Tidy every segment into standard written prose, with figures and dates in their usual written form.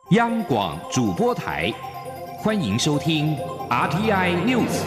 央广主播台，欢迎收听 RTI News。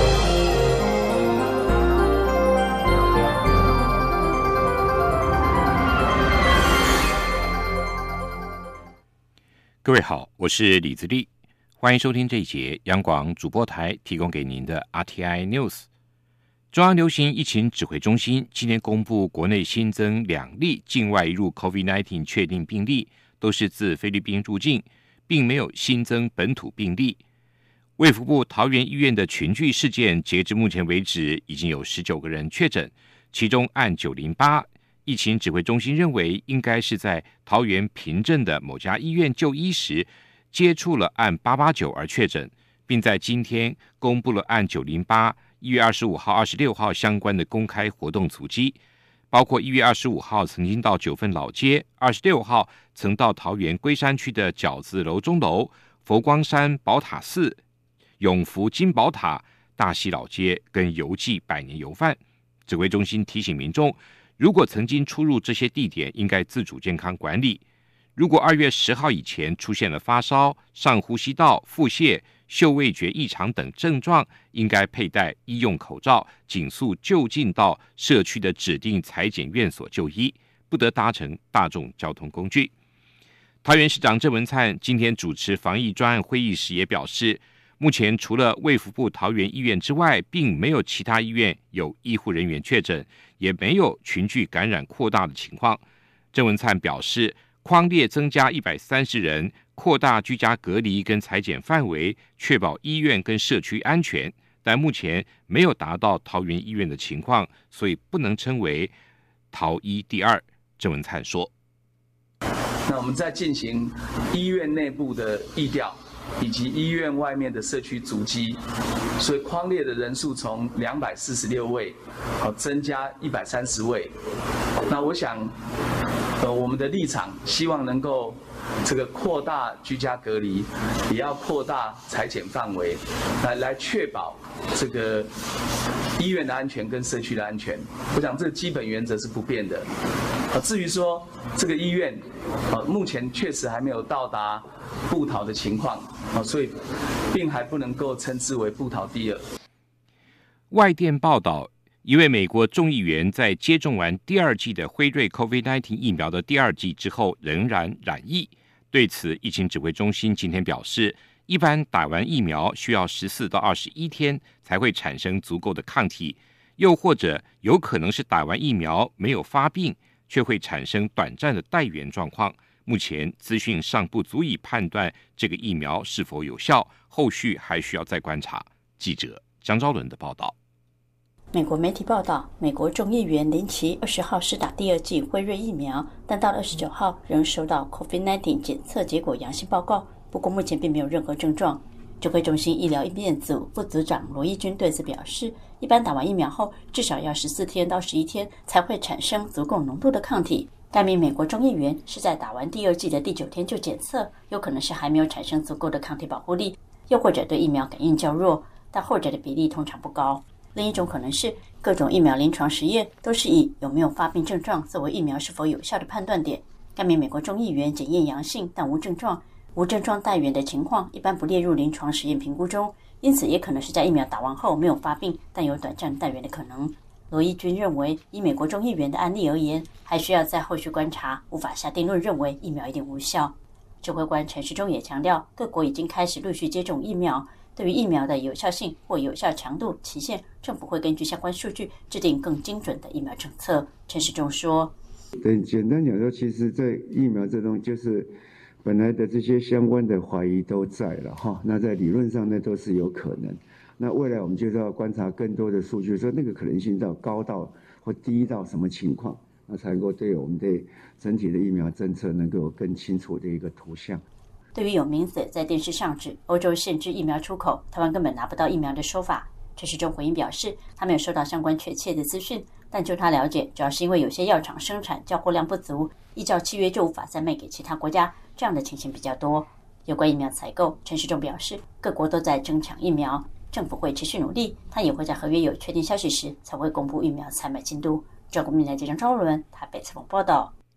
各位好，我是李自立，欢迎收听这一节央广主播台提供给您的 RTI News。中央流行疫情指挥中心今天公布，国内新增2例境外移入 COVID-19 确定病例，都是自菲律宾入境，并没有新增本土病例。卫福部桃园医院的群聚事件，截至目前为止已经有19个人确诊，其中案908疫情指挥中心认为应该是在桃园平镇的某家医院就医时接触了案889而确诊，并在今天公布了案908 1月25号、26号相关的公开活动足迹，包括1月25号曾经到九份老街，26号曾到桃园龟山区的饺子楼钟楼、佛光山宝塔寺、永福金宝塔、大溪老街跟游记百年油饭。指挥中心提醒民众，如果曾经出入这些地点，应该自主健康管理。如果2月10号以前出现了发烧、上呼吸道、腹泻、嗅味觉异常等症状，应该佩戴医用口罩，尽速就近到社区的指定采检院所就医，不得搭乘大众交通工具。桃园市长郑文灿今天主持防疫专案会议时也表示，目前除了卫福部桃园医院之外，并没有其他医院有医护人员确诊，也没有群聚感染扩大的情况。郑文灿表示，匡列增加130人，扩大居家隔离跟采检范围，确保医院跟社区安全，但目前没有达到桃园医院的情况，所以不能称为桃医第2。郑文灿说， 那我们在进行医院内部的疫调以及医院外面的社区足迹，所以匡列的人数从246位增加130位。那我想我们的立场希望能够这个扩大居家隔离，也要扩大采检范围，来确保这个医院的安全跟社区的安全。我想这个基本原则是不变的。至于说这个医院目前确实还没有到达部桃的情况，所以并还不能够称之为部桃第2。 外电报道，一位美国众议员在接种完第2剂的辉瑞 COVID-19 疫苗的第2剂之后仍然染疫。对此，疫情指挥中心今天表示，一般打完疫苗需要14到21天才会产生足够的抗体，又或者有可能是打完疫苗没有发病，却会产生短暂的带原状况。目前资讯尚不足以判断这个疫苗是否有效，后续还需要再观察。记者江昭伦的报道。 美国媒体报道，美国众议员林奇20号施打第2剂辉瑞疫苗，但到了29号仍收到 COVID-19 检测结果阳性报告，不过目前并没有任何症状。指挥中心医疗应变组副组长罗一军对此表示，一般打完疫苗后至少要14天到11天才会产生足够浓度的抗体。该名美国众议员是在打完第2剂的第9天就检测，有可能是还没有产生足够的抗体保护力，又或者对疫苗感应较弱，但后者的比例通常不高。另一种可能是，各种疫苗临床实验都是以有没有发病症状作为疫苗是否有效的判断点。该名美国众议员检验阳性但无症状，无症状带原的情况一般不列入临床实验评估中，因此也可能是在疫苗打完后没有发病，但有短暂带原的可能。罗一军认为，以美国众议员的案例而言，还需要在后续观察，无法下定论认为疫苗一定无效。指挥官陈时中也强调，各国已经开始陆续接种疫苗，对于疫苗的有效性或有效强度、期限，政府会根据相关数据制定更精准的疫苗政策。陈时中说：“ 对，简单讲说，其实在疫苗这种就是本来的这些相关的怀疑都在了哈，那在理论上呢都是有可能。那未来我们就是要观察更多的数据，说那个可能性到高到或低到什么情况，那才能够对我们对整体的疫苗政策能够有更清楚的一个图像。” 对于有名嘴在电视上指欧洲限制疫苗出口，台湾根本拿不到疫苗的说法，陈时中回应表示，他没有收到相关确切的资讯，但就他了解，主要是因为有些药厂生产交货量不足，依照契约就无法再卖给其他国家，这样的情形比较多。有关疫苗采购，陈时中表示，各国都在争抢疫苗，政府会持续努力，他也会在合约有确定消息时才会公布疫苗采买进度。中国民台记者张昭伦台北采访报道。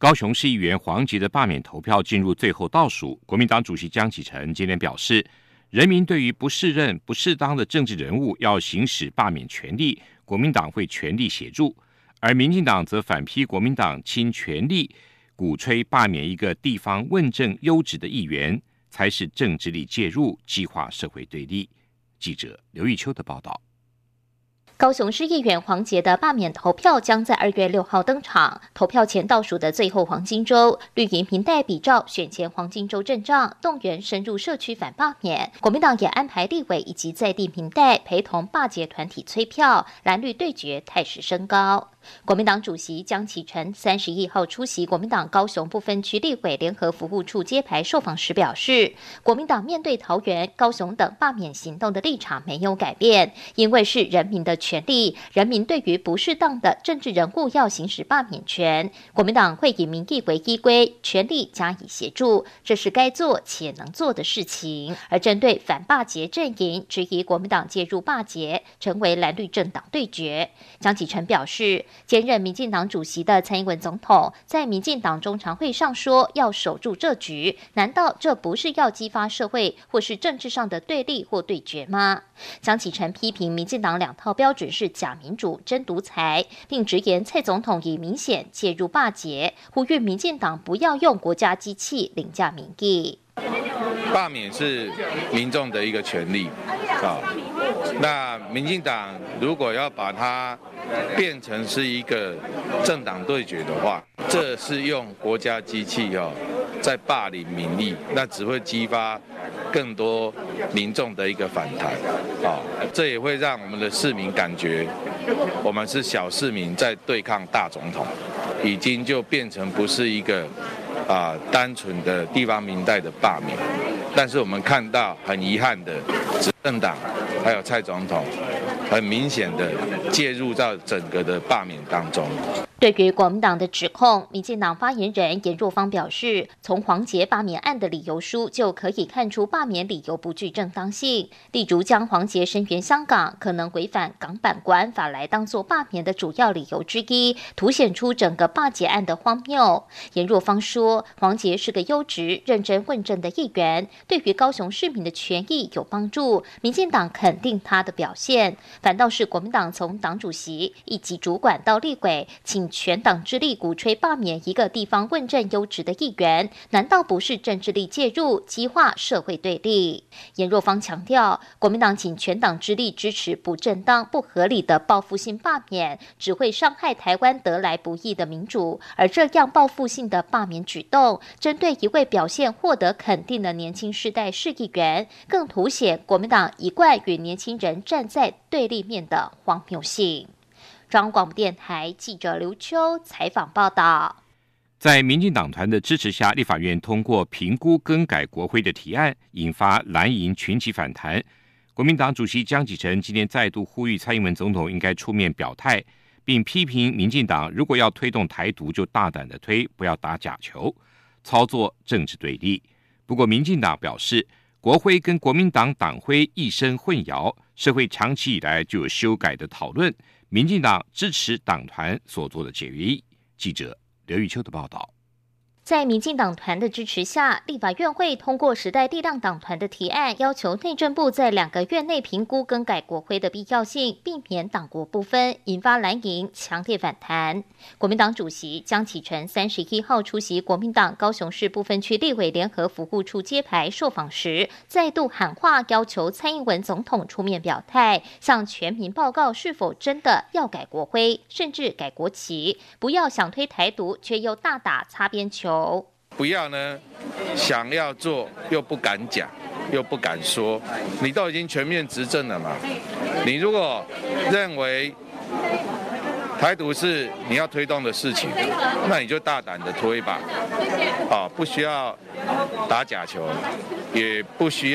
高雄市议员黄捷的罢免投票进入最后倒数，国民党主席江启臣今天表示，人民对于不适任、不适当的政治人物要行使罢免权利，国民党会全力协助。而民进党则反批国民党倾全力鼓吹罢免一个地方问政优质的议员，才是政治力介入，激化社会对立。记者刘玉秋的报道。 高雄市议员黄捷的罢免投票将在2月6号登场。投票前倒数的最后黄金周，绿营民代比照选前黄金周阵仗，动员深入社区反罢免。国民党也安排立委以及在地民代陪同罢捷团体催票，蓝绿对决态势升高。国民党主席江启臣31号出席国民党高雄不分区立委联合服务处揭牌受访时表示，国民党面对桃园、高雄等罢免行动的立场没有改变，因为是人民的权利，人民对于不适当的政治人物要行使罢免权，国民党会以民意为依归，全力加以协助，这是该做且能做的事情。而针对反罢捷阵营质疑国民党介入罢捷，成为蓝绿政党对决，江启臣表示，兼任民进党主席的蔡英文总统在民进党中常会上说要守住这局，难道这不是要激发社会或是政治上的对立或对决吗？江启臣批评民进党两套标准是假民主、真独裁，并直言蔡总统已明显介入罢捷，呼吁民进党不要用国家机器凌驾民意。 罢免是民众的一个权利那民进党如果要把它变成是一个政党对决的话，这是用国家机器在霸凌民意，那只会激发更多民众的一个反弹这也会让我们的市民感觉我们是小市民在对抗大总统，已经就变成不是一个单纯的地方民代的罢免。但是我们看到很遗憾的，执政党还有蔡总统很明显的介入到整个的罢免当中。 对于国民党的指控，民进党发言人颜若芳表示，从黄捷罢免案的理由书就可以看出罢免理由不具正当性，例如将黄捷声援香港可能违反港版国安法来当作罢免的主要理由之一，凸显出整个罢捷案的荒谬。颜若芳说，黄捷是个优质、认真问政的议员，对于高雄市民的权益有帮助，民进党肯定他的表现，反倒是国民党从党主席以及主管到立委，请全党之力鼓吹罢免一个地方问政优质的议员，难道不是政治力介入，激化社会对立？颜若芳强调，国民党请全党之力支持不正当、不合理的报复性罢免，只会伤害台湾得来不易的民主。而这样报复性的罢免举动，针对一位表现获得肯定的年轻世代市议员，更凸显国民党一贯与年轻人站在对立面的荒谬性。中央广播电台记者刘秋采访报道。 在民进党团的支持下，立法院通过评估更改国徽的提案，引发蓝营群起反弹。国民党主席江启臣今天再度呼吁蔡英文总统应该出面表态，并批评民进党如果要推动台独，就大胆的推，不要打假球，操作政治对立。不过民进党表示，国徽跟国民党党徽一生混淆，社会长期以来就有修改的讨论，民进党支持党团所做的决议。记者刘玉秋的报道。 在民进党团的支持下，立法院会通过时代力量党团的提案，要求内政部在2个月内评估更改国徽的必要性，避免党国不分，引发蓝营强烈反弹。国民党主席江启臣31号出席国民党高雄市不分区立委联合服务处揭牌受访时，再度喊话，要求蔡英文总统出面表态，向全民报告是否真的要改国徽，甚至改国旗，不要想推台独却又大打擦边球。 不要呢，想要做又不敢讲，又不敢说。你都已经全面执政了嘛，你如果认为台独是你要推动的事情，那你就大胆的推吧，不需要打假球，也不需要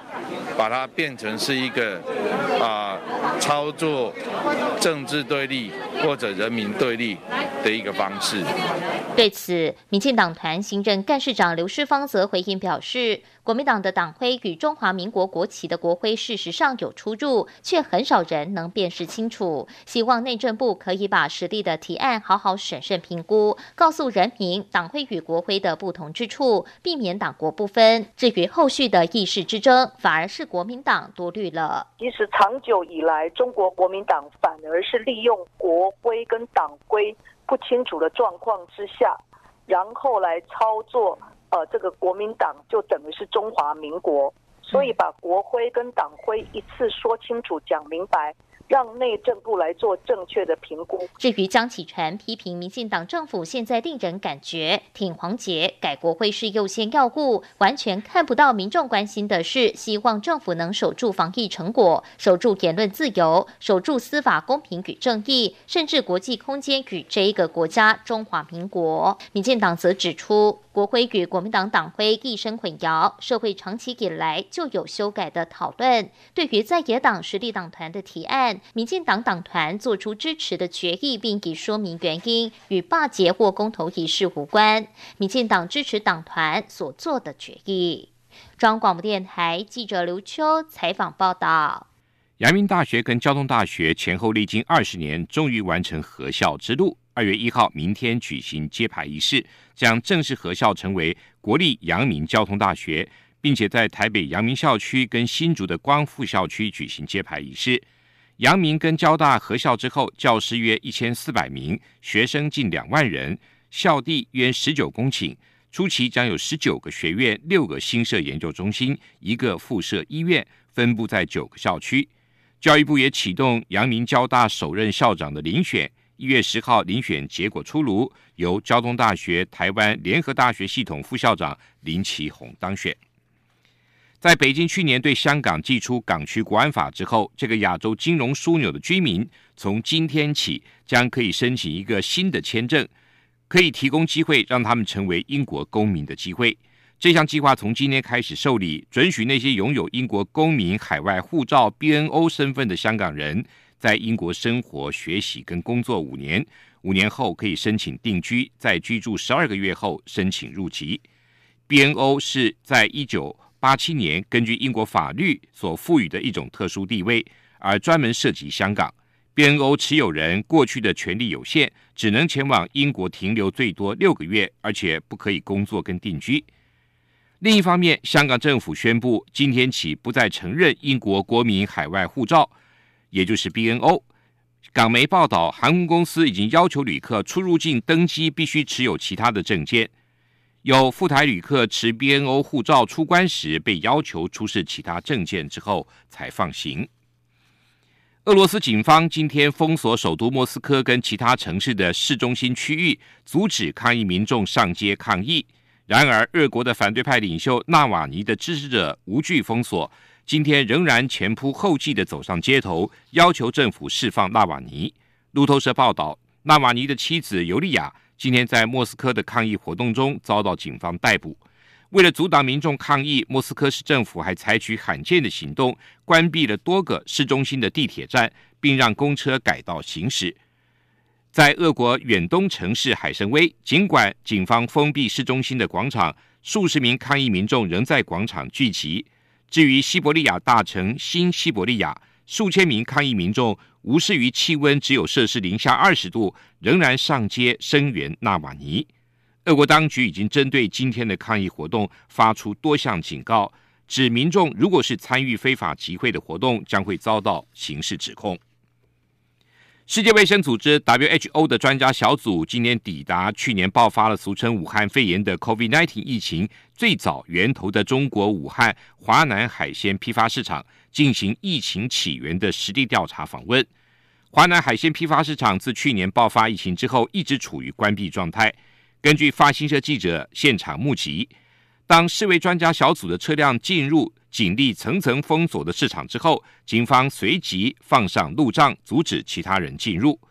把它变成是一个操作政治对立或者人民对立的一个方式。 对此，民进党团新任干事长刘世芳则回应表示，国民党的党徽与中华民国国旗的国徽事实上有出入，却很少人能辨识清楚。希望内政部可以把实力的提案好好审慎评估，告诉人民党徽与国徽的不同之处，避免党国不分。至于后续的议事之争，反而是国民党多虑了。 其实长久以来，中国国民党反而是利用国徽跟党徽不清楚的状况之下，然后来操作这个国民党就等于是中华民国，所以把国徽跟党徽一次说清楚讲明白，让内政部来做正确的评估。 至于江启臣批评民进党政府现在令人感觉挺黄捷改国徽是优先要务，完全看不到民众关心的是希望政府能守住防疫成果，守住言论自由，守住司法公平与正义，甚至国际空间与这一个国家中华民国。民进党则指出，国徽与国民党党徽一生混淆，社会长期以来就有修改的讨论。对于在野党实力党团的提案，民进党党团做出支持的决议，并已说明原因，与罢捷或公投一事无关。民进党支持党团所做的决议。中央广播电台记者刘秋采访报道。 阳明大学跟交通大学前后历经20年，终于完成合校之路。2月1号，明天举行揭牌仪式，将正式合校成为国立阳明交通大学，并且在台北阳明校区跟新竹的光复校区举行揭牌仪式。阳明跟交大合校之后，教师约1400名，学生近2万人，校地约19公顷。初期将有19个学院、6个新设研究中心、1个附设医院，分布在9个校区。教育部也启动阳明交大首任校长的遴选，1月10号遴选结果出炉，由交通大学台湾联合大学系统副校长林奇宏当选。在北京去年对香港祭出港区国安法之后，这个亚洲金融枢纽的居民从今天起将可以申请一个新的签证，可以提供机会让他们成为英国公民的机会。这项计划从今天开始受理，准许那些拥有英国公民海外护照 BNO 身份的香港人在英国生活、学习跟工作5年，5年后可以申请定居，在居住12个月后申请入籍。BNO 是在1987年根据英国法律所赋予的一种特殊地位，而专门涉及香港。BNO 持有人过去的权利有限，只能前往英国停留最多6个月，而且不可以工作跟定居。另一方面，香港政府宣布今天起不再承认英国国民海外护照，也就是 BNO。 港媒报道，航空公司已经要求旅客出入境登机必须持有其他的证件，有赴台旅客持 BNO 护照出关时被要求出示其他证件之后才放行。俄罗斯警方今天封锁首都莫斯科跟其他城市的市中心区域，阻止抗议民众上街抗议。然而，俄国的反对派领袖纳瓦尼的支持者无惧封锁，今天仍然前仆后继地走上街头，要求政府释放纳瓦尼。路透社报道，纳瓦尼的妻子尤利亚今天在莫斯科的抗议活动中遭到警方逮捕。为了阻挡民众抗议，莫斯科市政府还采取罕见的行动，关闭了多个市中心的地铁站，并让公车改道行驶。在俄国远东城市海参崴，尽管警方封闭市中心的广场，数十名抗议民众仍在广场聚集。至于西伯利亚大城新西伯利亚，数千名抗议民众无视于气温只有摄氏-20度，仍然上街声援纳瓦尼。俄国当局已经针对今天的抗议活动发出多项警告，指民众如果是参与非法集会的活动，将会遭到刑事指控。世界卫生组织 WHO 的专家小组今年抵达去年爆发了俗称武汉肺炎的 COVID-19 疫情最早源头的中国武汉华南海鲜批发市场，进行疫情起源的实地调查访问。华南海鲜批发市场自去年爆发疫情之后一直处于关闭状态。根据法新社记者现场目击，当世卫专家小组的车辆进入警力层层封锁的市场之后，警方随即放上路障，阻止其他人进入。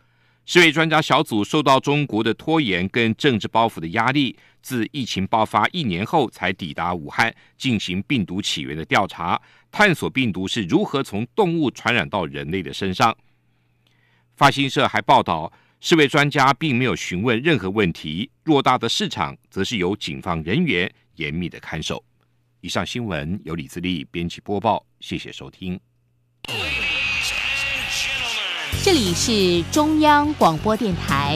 世卫专家小组受到中国的拖延跟政治包袱的压力，自疫情爆发1年后才抵达武汉进行病毒起源的调查，探索病毒是如何从动物传染到人类的身上。法新社还报道，世卫专家并没有询问任何问题，偌大的市场则是由警方人员严密的看守。以上新闻由李自立编辑播报，谢谢收听。 这里是中央广播电台